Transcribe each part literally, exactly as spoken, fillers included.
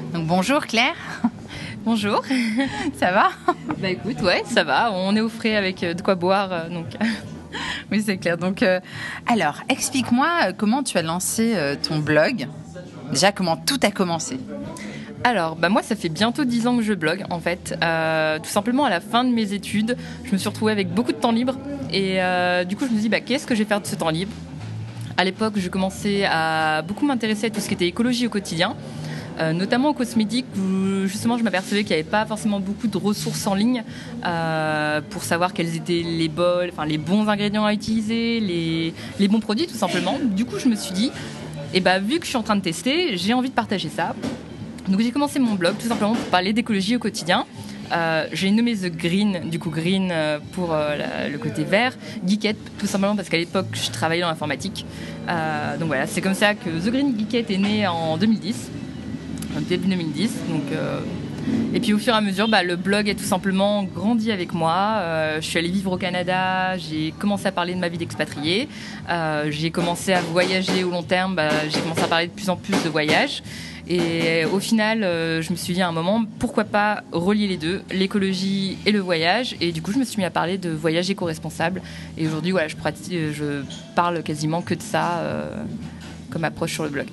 Donc bonjour Claire. Bonjour. Ça va? Bah écoute, ouais, ça va. On est au frais avec de quoi boire, donc. Oui, c'est clair. Donc, euh, alors, explique-moi comment tu as lancé euh, ton blog. Déjà, comment tout a commencé? Alors, bah moi, ça fait bientôt dix ans que je blogue, en fait. Euh, tout simplement, à la fin de mes études, je me suis retrouvée avec beaucoup de temps libre. Et euh, du coup, je me dis, bah, qu'est-ce que je vais faire de ce temps libre? À l'époque, je commençais à beaucoup m'intéresser à tout ce qui était écologie au quotidien. Euh, notamment aux cosmétiques où justement je m'apercevais qu'il n'y avait pas forcément beaucoup de ressources en ligne euh, pour savoir quels étaient les, bols, enfin, les bons ingrédients à utiliser, les, les bons produits tout simplement. Du coup je me suis dit, eh ben, vu que je suis en train de tester, j'ai envie de partager ça. Donc j'ai commencé mon blog tout simplement pour parler d'écologie au quotidien. Euh, j'ai nommé The Green, du coup Green pour euh, la, le côté vert, Geekette tout simplement parce qu'à l'époque je travaillais dans l'informatique. Euh, donc voilà, c'est comme ça que The Green Geekette est né en deux mille dix. Début deux mille dix. Donc, euh... Et puis au fur et à mesure, bah, le blog a tout simplement grandi avec moi. Euh, je suis allée vivre au Canada, j'ai commencé à parler de ma vie d'expatriée. Euh, j'ai commencé à voyager au long terme, bah, j'ai commencé à parler de plus en plus de voyages. Et au final, euh, je me suis dit à un moment, pourquoi pas relier les deux, l'écologie et le voyage. Et du coup, je me suis mis à parler de voyage éco-responsable. Et aujourd'hui, voilà, je, pratique, je parle quasiment que de ça euh, comme approche sur le blog.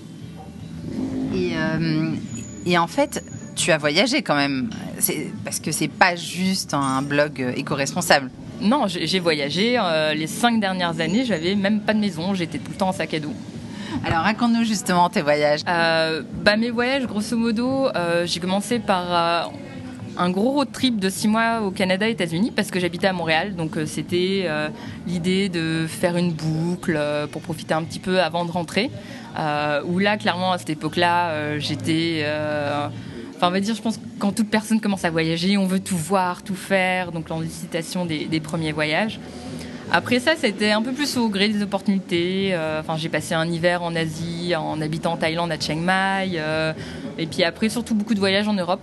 Et, euh, et en fait, tu as voyagé quand même, c'est, parce que c'est pas juste un blog éco-responsable. Non, j'ai, j'ai voyagé. Euh, les cinq dernières années, j'avais même pas de maison, j'étais tout le temps en sac à dos. Alors raconte-nous justement tes voyages. Euh, bah, mes voyages, grosso modo, euh, j'ai commencé par euh, un gros road trip de six mois au Canada et États-Unis parce que j'habitais à Montréal. Donc euh, c'était euh, l'idée de faire une boucle euh, pour profiter un petit peu avant de rentrer. Euh, où là, clairement, à cette époque-là, euh, j'étais... Euh, enfin, on va dire, je pense que quand toute personne commence à voyager, on veut tout voir, tout faire. Donc l'anticipation des, des premiers voyages. Après ça, c'était un peu plus au gré des opportunités. Euh, enfin, j'ai passé un hiver en Asie, en habitant en Thaïlande, à Chiang Mai. Euh, et puis après, surtout beaucoup de voyages en Europe.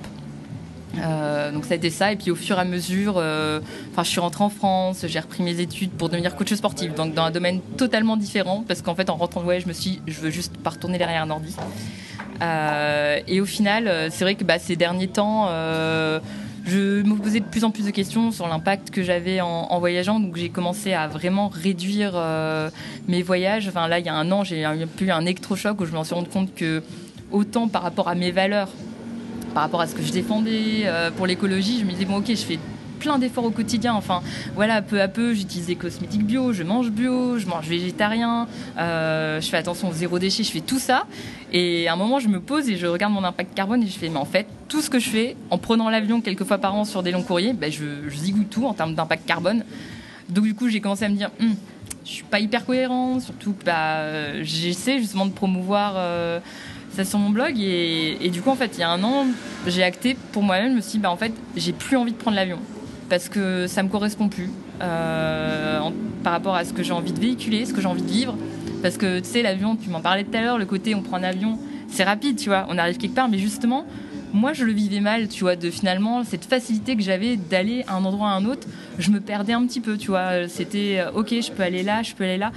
Euh, donc ça a été ça, et puis au fur et à mesure euh, enfin, je suis rentrée en France, j'ai repris mes études pour devenir coach sportif, donc dans un domaine totalement différent parce qu'en fait en rentrant de voyage je me suis dit je veux juste pas retourner derrière un ordi euh, et au final c'est vrai que bah, ces derniers temps euh, je me posais de plus en plus de questions sur l'impact que j'avais en, en voyageant, donc j'ai commencé à vraiment réduire euh, mes voyages. Enfin là il y a un an j'ai eu un peu un électrochoc où je me suis rendu compte que autant par rapport à mes valeurs, par rapport à ce que je défendais euh, pour l'écologie, je me disais bon ok, je fais plein d'efforts au quotidien, enfin voilà, peu à peu j'utilise des cosmétiques bio, je mange bio, je mange végétarien, euh, je fais attention au zéro déchet, je fais tout ça, et à un moment je me pose et je regarde mon impact carbone et je fais mais en fait tout ce que je fais en prenant l'avion quelques fois par an sur des longs courriers, ben, je, je zigouille tout en termes d'impact carbone. Donc du coup j'ai commencé à me dire hm, je suis pas hyper cohérent, surtout que bah, j'essaie justement de promouvoir euh, ça sur mon blog, et, et du coup en fait il y a un an j'ai acté pour moi-même, je me suis dit bah en fait j'ai plus envie de prendre l'avion parce que ça me correspond plus euh, en, par rapport à ce que j'ai envie de véhiculer, ce que j'ai envie de vivre, parce que tu sais l'avion, tu m'en parlais tout à l'heure, le côté on prend un avion c'est rapide, tu vois, on arrive quelque part, mais justement moi je le vivais mal, tu vois, de finalement cette facilité que j'avais d'aller à un endroit à un autre, je me perdais un petit peu, tu vois, c'était ok je peux aller là, je peux aller là.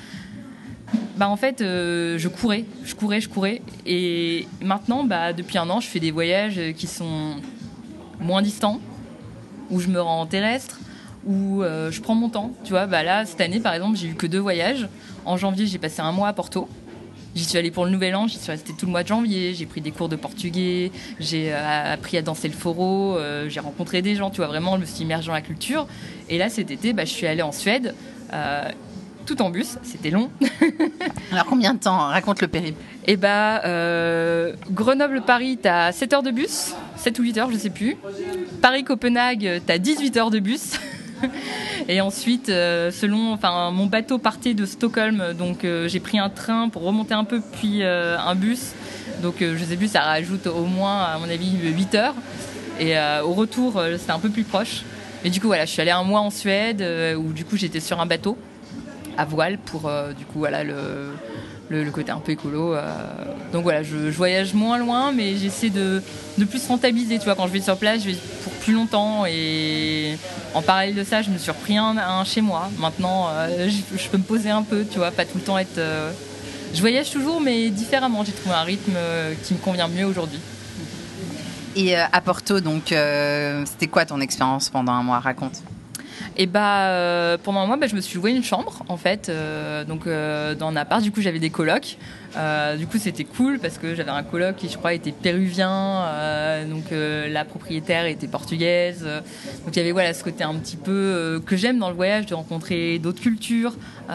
Bah en fait, euh, je courais, je courais, je courais. Et maintenant, bah, depuis un an, je fais des voyages qui sont moins distants, où je me rends terrestre, où euh, je prends mon temps. Tu vois, bah là, cette année, par exemple, j'ai eu que deux voyages. En janvier, j'ai passé un mois à Porto. J'y suis allée pour le Nouvel An, j'y suis restée tout le mois de janvier. J'ai pris des cours de portugais, j'ai euh, appris à danser le foro, euh, j'ai rencontré des gens, tu vois, vraiment, je me suis immergée dans la culture. Et là, cet été, bah, je suis allée en Suède. Euh, tout en bus, c'était long. Alors combien de temps? Raconte le périple. Et bah, euh, Grenoble-Paris, t'as sept heures de bus, sept ou huit heures, je sais plus. Paris-Copenhague, t'as dix-huit heures de bus. Et ensuite, euh, selon, enfin, mon bateau partait de Stockholm, donc euh, j'ai pris un train pour remonter un peu, puis euh, un bus. Donc euh, je sais plus, ça rajoute au moins, à mon avis, huit heures. Et euh, au retour, euh, c'était un peu plus proche. Et du coup, voilà, je suis allée un mois en Suède, euh, où du coup, j'étais sur un bateau à voile pour euh, du coup voilà le, le, le côté un peu écolo, euh. donc voilà je, je voyage moins loin mais j'essaie de, de plus rentabiliser, tu vois, quand je vais sur place je vais pour plus longtemps, et en parallèle de ça je me suis repris un, un chez moi maintenant, euh, je, je peux me poser un peu, tu vois, pas tout le temps être euh... je voyage toujours mais différemment, j'ai trouvé un rythme euh, qui me convient mieux aujourd'hui. Et euh, à Porto, donc, euh, c'était quoi ton expérience pendant un mois? Raconte. Et bah, euh, pendant un mois, bah, je me suis loué une chambre, en fait, euh, donc euh, dans un appart. Du coup, j'avais des colocs. Euh, du coup, c'était cool parce que j'avais un coloc qui, je crois, était péruvien. Euh, donc, euh, la propriétaire était portugaise. Donc, il y avait voilà, ce côté un petit peu euh, que j'aime dans le voyage, de rencontrer d'autres cultures.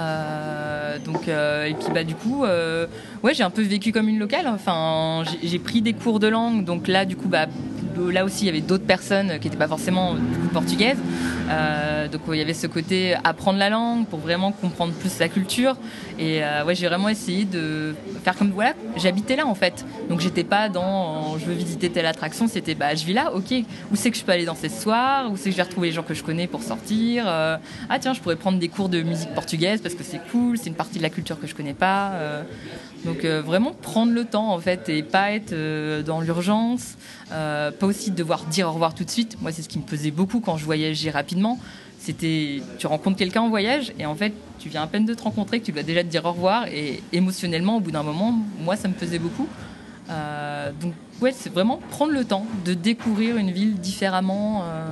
Euh, donc, euh, et puis, bah, du coup, euh, ouais, j'ai un peu vécu comme une locale. Enfin, j'ai, j'ai pris des cours de langue. Donc là, du coup, bah, là aussi, il y avait d'autres personnes qui n'étaient pas forcément du coup, portugaises. Euh, donc il y avait ce côté apprendre la langue pour vraiment comprendre plus la culture. Et euh, ouais, j'ai vraiment essayé de faire comme voilà, j'habitais là en fait. Donc j'étais pas dans je veux visiter telle attraction, c'était bah je vis là, ok. Où c'est que je peux aller danser ce soir? Où c'est que je vais retrouver les gens que je connais pour sortir? euh, Ah tiens, je pourrais prendre des cours de musique portugaise parce que c'est cool, c'est une partie de la culture que je connais pas. Euh, donc euh, vraiment prendre le temps en fait et pas être euh, dans l'urgence. Euh, pas aussi devoir dire au revoir tout de suite. Moi, c'est ce qui me pesait beaucoup quand je voyageais rapidement. C'était, tu rencontres quelqu'un en voyage et en fait, tu viens à peine de te rencontrer que tu dois déjà te dire au revoir. Et émotionnellement, au bout d'un moment, moi, ça me pesait beaucoup. Euh, donc, ouais, c'est vraiment prendre le temps de découvrir une ville différemment. Euh...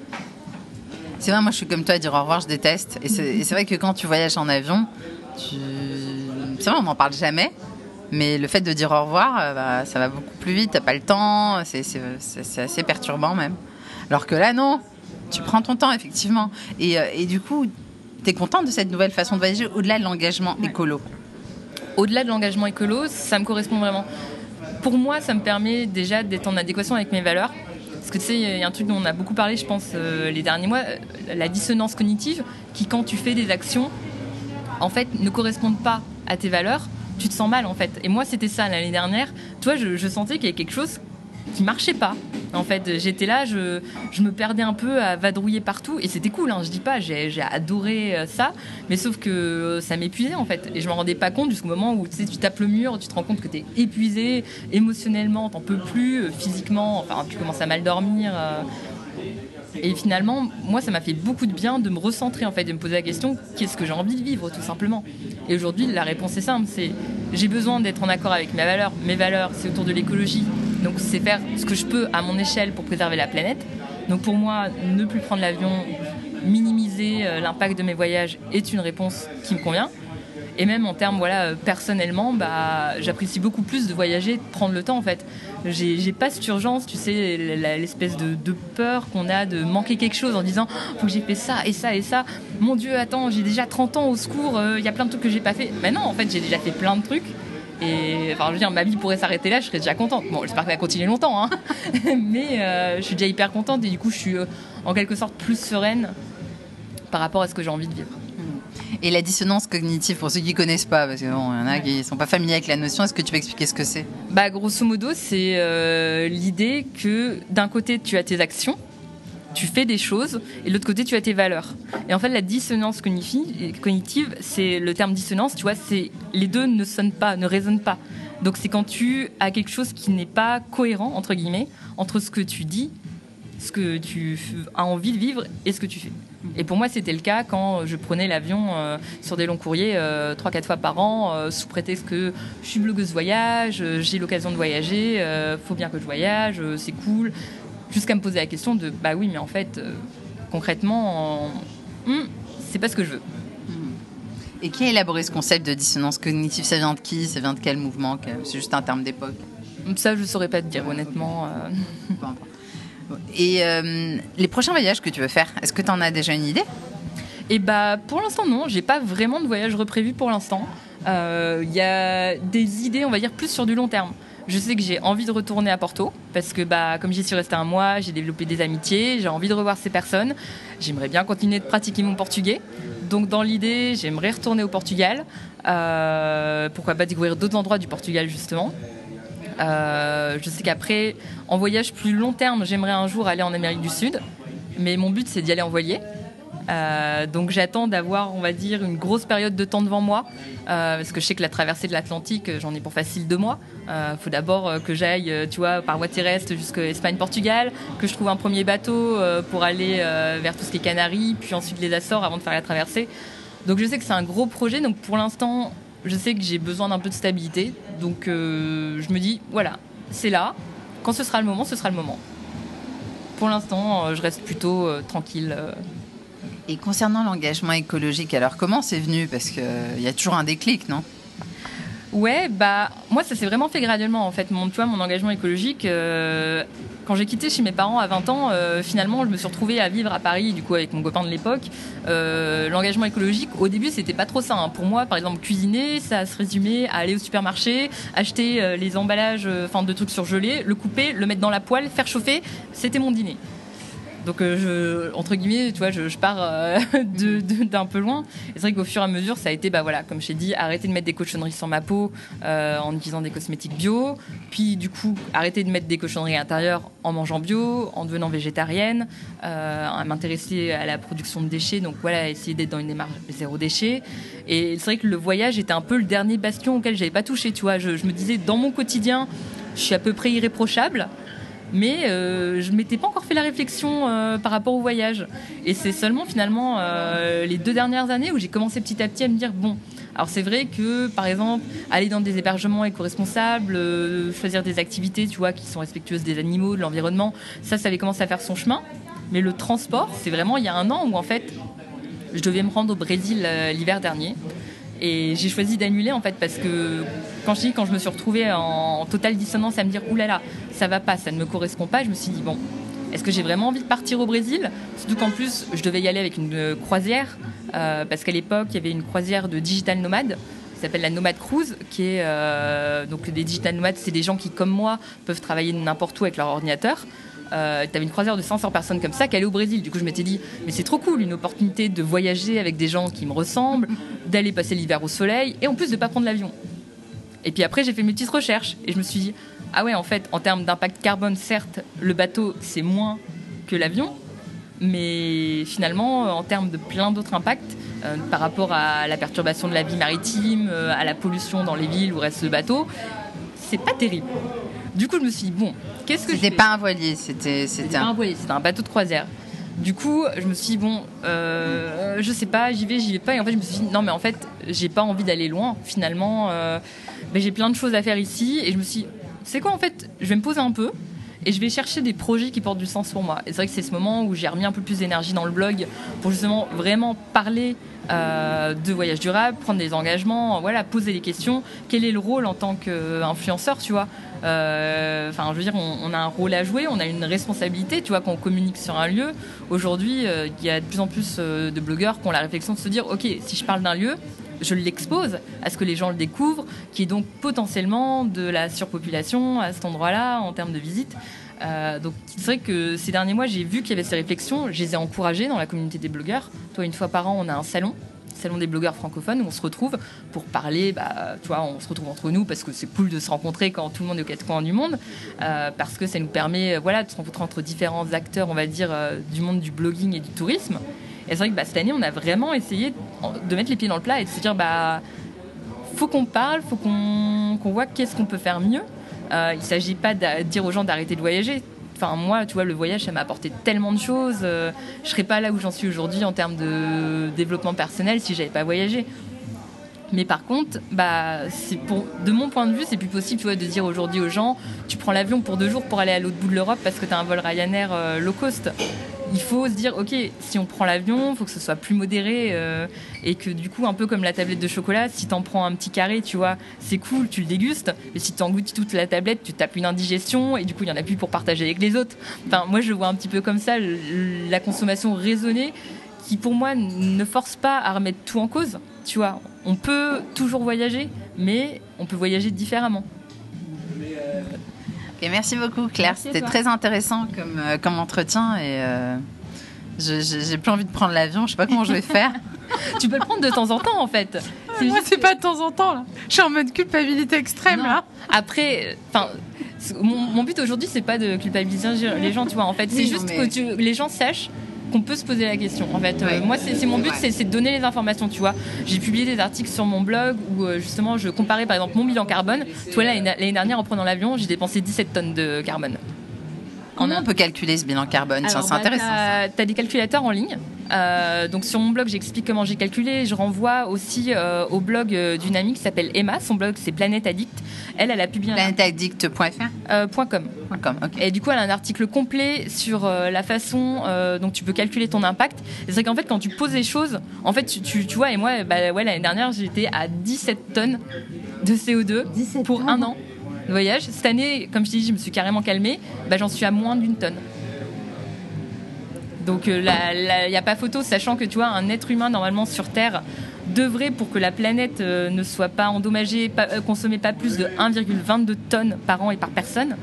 C'est vrai, moi, je suis comme toi, dire au revoir, je déteste. Et c'est, et c'est vrai que quand tu voyages en avion, tu... c'est vrai, on n'en parle jamais. Mais le fait de dire au revoir, euh, bah, ça va beaucoup plus vite, t'as pas le temps, c'est, c'est, c'est, c'est assez perturbant même. Alors que là, non, tu prends ton temps, effectivement. Et, euh, et du coup, t'es contente de cette nouvelle façon de voyager au-delà de l'engagement ouais. écolo? Au-delà de l'engagement écolo, ça me correspond vraiment. Pour moi, ça me permet déjà d'être en adéquation avec mes valeurs. Parce que tu sais, il y a un truc dont on a beaucoup parlé, je pense, euh, les derniers mois, la dissonance cognitive, qui quand tu fais des actions, en fait, ne correspondent pas à tes valeurs, tu te sens mal en fait. Et moi c'était ça l'année dernière. Toi, je, je sentais qu'il y avait quelque chose qui marchait pas. En fait, j'étais là, je, je me perdais un peu à vadrouiller partout et c'était cool. Hein, je dis pas, j'ai, j'ai adoré ça, mais sauf que ça m'épuisait en fait. Et je m'en rendais pas compte jusqu'au moment où tu sais, tu tapes le mur, tu te rends compte que t'es épuisé émotionnellement, t'en peux plus, physiquement. Enfin, tu commences à mal dormir. Euh, Et finalement, moi, ça m'a fait beaucoup de bien de me recentrer, en fait, de me poser la question, qu'est-ce que j'ai envie de vivre, tout simplement. Et aujourd'hui, la réponse est simple, c'est j'ai besoin d'être en accord avec mes valeurs. Mes valeurs, c'est autour de l'écologie. Donc, c'est faire ce que je peux à mon échelle pour préserver la planète. Donc, pour moi, ne plus prendre l'avion, minimiser l'impact de mes voyages est une réponse qui me convient. Et même en termes, voilà, personnellement, bah, j'apprécie beaucoup plus de voyager, de prendre le temps, en fait. J'ai, j'ai pas cette urgence, tu sais, la, l'espèce de, de peur qu'on a de manquer quelque chose en disant « faut que j'ai fait ça et ça et ça. Mon Dieu, attends, j'ai déjà trente ans au secours, il euh, y a plein de trucs que j'ai pas fait. » Mais non, en fait, j'ai déjà fait plein de trucs. Et enfin, je veux dire, ma vie pourrait s'arrêter là, je serais déjà contente. Bon, j'espère qu'elle va continuer longtemps, hein. Mais euh, je suis déjà hyper contente et du coup, je suis euh, en quelque sorte plus sereine par rapport à ce que j'ai envie de vivre. Et la dissonance cognitive, pour ceux qui ne connaissent pas, parce qu'il bon, y en a ouais. qui ne sont pas familiers avec la notion, est-ce que tu peux expliquer ce que c'est? Bah, grosso modo, c'est euh, l'idée que d'un côté, tu as tes actions, tu fais des choses, et de l'autre côté, tu as tes valeurs. Et en fait, la dissonance cognitive, c'est le terme dissonance, tu vois, c'est les deux ne sonnent pas, ne résonnent pas. Donc, c'est quand tu as quelque chose qui n'est pas cohérent, entre guillemets, entre ce que tu dis, ce que tu as envie de vivre et ce que tu fais. Et pour moi, c'était le cas quand je prenais l'avion euh, sur des longs courriers euh, trois quatre fois par an, euh, sous prétexte que je suis blogueuse voyage, euh, j'ai l'occasion de voyager, euh, faut bien que je voyage, euh, c'est cool. Jusqu'à me poser la question de, bah oui, mais en fait, euh, concrètement, euh, hmm, c'est pas ce que je veux. Et qui a élaboré ce concept de dissonance cognitive? Ça vient de qui? Ça vient de quel mouvement? C'est juste un terme d'époque? Ça, je saurais pas te dire, honnêtement. Euh... Peu importe. Et euh, les prochains voyages que tu veux faire, est-ce que tu en as déjà une idée? Et bah, pour l'instant, non. J'ai pas vraiment de voyage reprévu pour l'instant. Il euh, y a des idées, on va dire, plus sur du long terme. Je sais que j'ai envie de retourner à Porto parce que, bah, comme j'y suis restée un mois, j'ai développé des amitiés, j'ai envie de revoir ces personnes. J'aimerais bien continuer de pratiquer mon portugais. Donc, dans l'idée, j'aimerais retourner au Portugal. Euh, pourquoi pas découvrir d'autres endroits du Portugal, justement. Euh, je sais qu'après, en voyage plus long terme, j'aimerais un jour aller en Amérique du Sud, mais mon but c'est d'y aller en voilier. Euh, donc j'attends d'avoir, on va dire, une grosse période de temps devant moi, euh, parce que je sais que la traversée de l'Atlantique, j'en ai pour facile deux mois. Il euh, faut d'abord que j'aille, tu vois, par voie terrestre jusqu'à Espagne-Portugal, que je trouve un premier bateau euh, pour aller euh, vers tout ce qui est Canaries, puis ensuite les Açores avant de faire la traversée. Donc je sais que c'est un gros projet, donc pour l'instant, je sais que j'ai besoin d'un peu de stabilité. Donc euh, je me dis, voilà, c'est là, quand ce sera le moment, ce sera le moment. Pour l'instant, euh, je reste plutôt euh, tranquille. Euh. Et concernant l'engagement écologique, alors comment c'est venu? Parce qu'il euh, y a toujours un déclic, non? Ouais, bah moi ça s'est vraiment fait graduellement en fait. Mon, tu vois, mon engagement écologique, euh, quand j'ai quitté chez mes parents à vingt ans, euh, finalement je me suis retrouvée à vivre à Paris du coup avec mon copain de l'époque. Euh, l'engagement écologique, au début c'était pas trop ça. Hein. Pour moi, par exemple, cuisiner, ça se résumait à aller au supermarché, acheter euh, les emballages, enfin euh, de trucs surgelés, le couper, le mettre dans la poêle, faire chauffer. C'était mon dîner. Donc, euh, je, entre guillemets, tu vois, je, je pars euh, de, de, d'un peu loin. Et c'est vrai qu'au fur et à mesure, ça a été, bah voilà, comme je t'ai dit, arrêter de mettre des cochonneries sur ma peau euh, en utilisant des cosmétiques bio. Puis, du coup, arrêter de mettre des cochonneries à l'intérieur en mangeant bio, en devenant végétarienne, euh, à m'intéresser à la production de déchets. Donc, voilà, essayer d'être dans une démarche zéro déchet. Et c'est vrai que le voyage était un peu le dernier bastion auquel j'avais pas touché, tu vois. Je, je me disais, dans mon quotidien, je suis à peu près irréprochable. Mais euh, je ne m'étais pas encore fait la réflexion euh, par rapport au voyage. Et c'est seulement finalement euh, les deux dernières années où j'ai commencé petit à petit à me dire, bon, alors c'est vrai que par exemple, aller dans des hébergements éco-responsables, euh, choisir des activités tu vois, qui sont respectueuses des animaux, de l'environnement, ça, ça avait commencé à faire son chemin. Mais le transport, c'est vraiment il y a un an où en fait, je devais me rendre au Brésil euh, l'hiver dernier. Et j'ai choisi d'annuler en fait parce que quand je dis quand je me suis retrouvée en, en totale dissonance à me dire oulala ça va pas, ça ne me correspond pas, je me suis dit bon, est-ce que j'ai vraiment envie de partir au Brésil, surtout qu'en plus je devais y aller avec une croisière euh, parce qu'à l'époque il y avait une croisière de digital nomades qui s'appelle la Nomad Cruise, qui est euh, donc des digital nomades, c'est des gens qui comme moi peuvent travailler n'importe où avec leur ordinateur. Euh, t'avais une croisière de cinq cents personnes comme ça qui allait au Brésil. Du coup, je m'étais dit, mais c'est trop cool, une opportunité de voyager avec des gens qui me ressemblent, d'aller passer l'hiver au soleil et en plus de pas prendre l'avion. Et puis après, j'ai fait mes petites recherches et je me suis dit, ah ouais, en fait, en termes d'impact carbone, certes, le bateau c'est moins que l'avion, mais finalement, en termes de plein d'autres impacts, euh, par rapport à la perturbation de la vie maritime, euh, à la pollution dans les villes où reste le bateau, c'est pas terrible. Du coup, je me suis dit, bon, qu'est-ce que c'était je fais ? pas un voilier, c'était, c'était, c'était un... pas un voilier, c'était un bateau de croisière. Du coup, je me suis dit, bon, euh, je sais pas, j'y vais, j'y vais pas. Et en fait, je me suis dit, non, mais en fait, j'ai pas envie d'aller loin. Finalement, euh, ben, j'ai plein de choses à faire ici. Et je me suis dit, c'est quoi, en fait, je vais me poser un peu et je vais chercher des projets qui portent du sens pour moi. Et c'est vrai que c'est ce moment où j'ai remis un peu plus d'énergie dans le blog pour justement vraiment parler euh, de voyage durable, prendre des engagements, voilà, poser des questions. Quel est le rôle en tant qu'influenceur, tu vois ? Enfin, euh, je veux dire, on, on a un rôle à jouer, on a une responsabilité, tu vois, quand on communique sur un lieu. Aujourd'hui, il euh, y a de plus en plus euh, de blogueurs qui ont la réflexion de se dire, ok, si je parle d'un lieu, je l'expose à ce que les gens le découvrent, qui est donc potentiellement de la surpopulation à cet endroit-là en termes de visite. Euh, donc c'est vrai que ces derniers mois, j'ai vu qu'il y avait ces réflexions, je les ai encouragées dans la communauté des blogueurs. Toi, une fois par an, on a un salon. Salon des blogueurs francophones où on se retrouve pour parler, bah, tu vois, on se retrouve entre nous parce que c'est cool de se rencontrer quand tout le monde est aux quatre coins du monde, euh, parce que ça nous permet, voilà, de se rencontrer entre différents acteurs, on va dire, euh, du monde du blogging et du tourisme. Et c'est vrai que bah, cette année, on a vraiment essayé de mettre les pieds dans le plat et de se dire, bah, faut qu'on parle, faut qu'on, qu'on voit qu'est-ce qu'on peut faire mieux. Euh, il ne s'agit pas de dire aux gens d'arrêter de voyager. Enfin, moi, tu vois, le voyage, ça m'a apporté tellement de choses. Euh, je ne serais pas là où j'en suis aujourd'hui en termes de développement personnel si je n'avais pas voyagé. Mais par contre, bah, c'est pour, de mon point de vue, c'est plus possible, tu vois, de dire aujourd'hui aux gens, tu prends l'avion pour deux jours pour aller à l'autre bout de l'Europe parce que tu as un vol Ryanair euh, low cost. Il faut se dire, ok, si on prend l'avion, il faut que ce soit plus modéré euh, et que du coup, un peu comme la tablette de chocolat, si t'en prends un petit carré, tu vois, c'est cool, tu le dégustes, mais si t'engloutis toute la tablette, tu tapes une indigestion et du coup, il y en a plus pour partager avec les autres. Enfin, moi, je le vois un petit peu comme ça, le, la consommation raisonnée qui, pour moi, ne force pas à remettre tout en cause, tu vois. On peut toujours voyager, mais on peut voyager différemment. Okay, merci beaucoup Claire, merci c'était très intéressant comme, euh, comme entretien et euh, je, je, j'ai plus envie de prendre l'avion, je sais pas comment je vais faire. Tu peux le prendre de temps en temps en fait. C'est Moi c'est que... pas de temps en temps là, je suis en mode culpabilité extrême non. Là. Après, enfin, mon, mon but aujourd'hui c'est pas de culpabiliser les gens, tu vois, en fait c'est oui, juste mais... que tu, les gens sachent qu'on peut se poser la question. En fait, ouais. euh, moi, c'est, c'est mon but, ouais. c'est, c'est de donner les informations. Tu vois, j'ai publié des articles sur mon blog où euh, justement, je comparais par exemple mon bilan carbone. Toi, là, l'année dernière, en prenant l'avion, j'ai dépensé dix-sept tonnes de carbone. Comment on peut calculer ce bilan carbone? Alors, c'est bah, intéressant. T'as, t'as des calculateurs en ligne. Euh, donc sur mon blog, j'explique comment j'ai calculé. Je renvoie aussi euh, au blog euh, d'une amie qui s'appelle Emma. Son blog, c'est Planète Addict. Elle, elle a publié un planète addict point f r euh, .com. .com, okay. Et du coup, elle a un article complet sur euh, la façon euh, dont tu peux calculer ton impact. Et c'est vrai qu'en fait, quand tu poses les choses, en fait, tu, tu, tu vois, et moi, bah, ouais, l'année dernière, j'étais à dix-sept tonnes de C O deux pour tonnes. un an de voyage. Cette année, comme je t'ai dit, je me suis carrément calmée. Bah, j'en suis à moins d'une tonne. Donc, il euh, n'y a pas photo, sachant que tu vois, un être humain, normalement, sur Terre, devrait, pour que la planète euh, ne soit pas endommagée, pas, euh, consommer pas plus de un virgule vingt-deux tonnes par an et par personne.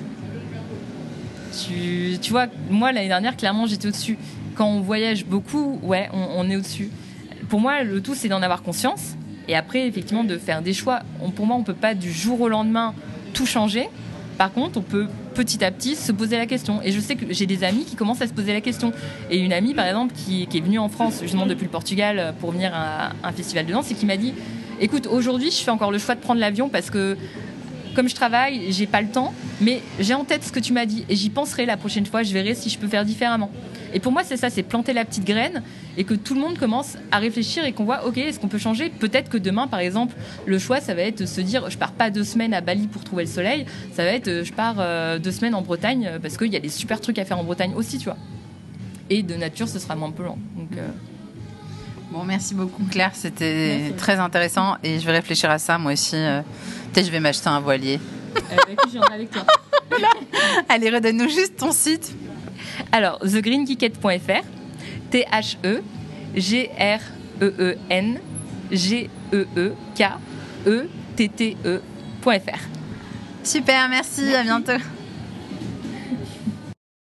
Tu, tu vois, moi, l'année dernière, clairement, j'étais au-dessus. Quand on voyage beaucoup, ouais, on, on est au-dessus. Pour moi, le tout, c'est d'en avoir conscience. Et après, effectivement, de faire des choix. On, pour moi, on ne peut pas, du jour au lendemain, tout changer. Par contre, on peut petit à petit se poser la question. Et je sais que j'ai des amis qui commencent à se poser la question. Et une amie, par exemple, qui, qui est venue en France, justement depuis le Portugal, pour venir à un festival de danse, et qui m'a dit « Écoute, aujourd'hui, je fais encore le choix de prendre l'avion parce que, comme je travaille, j'ai pas le temps, mais j'ai en tête ce que tu m'as dit et j'y penserai la prochaine fois, je verrai si je peux faire différemment. » Et pour moi, c'est ça, c'est planter la petite graine et que tout le monde commence à réfléchir et qu'on voit, ok, est-ce qu'on peut changer ? Peut-être que demain, par exemple, le choix, ça va être de se dire, je pars pas deux semaines à Bali pour trouver le soleil, ça va être, je pars euh, deux semaines en Bretagne parce qu'il y a des super trucs à faire en Bretagne aussi, tu vois. Et de nature, ce sera moins polluant. Donc, euh... Bon, merci beaucoup Claire, c'était merci. Très intéressant et je vais réfléchir à ça moi aussi. Euh, peut-être je vais m'acheter un voilier. Euh, bah, écoute, je viendrai avec toi. Allez, redonne-nous juste ton site. Alors, the green geekette point f r, T H E G R E E N G E E K E T T E point f r. Super, merci, merci. À bientôt.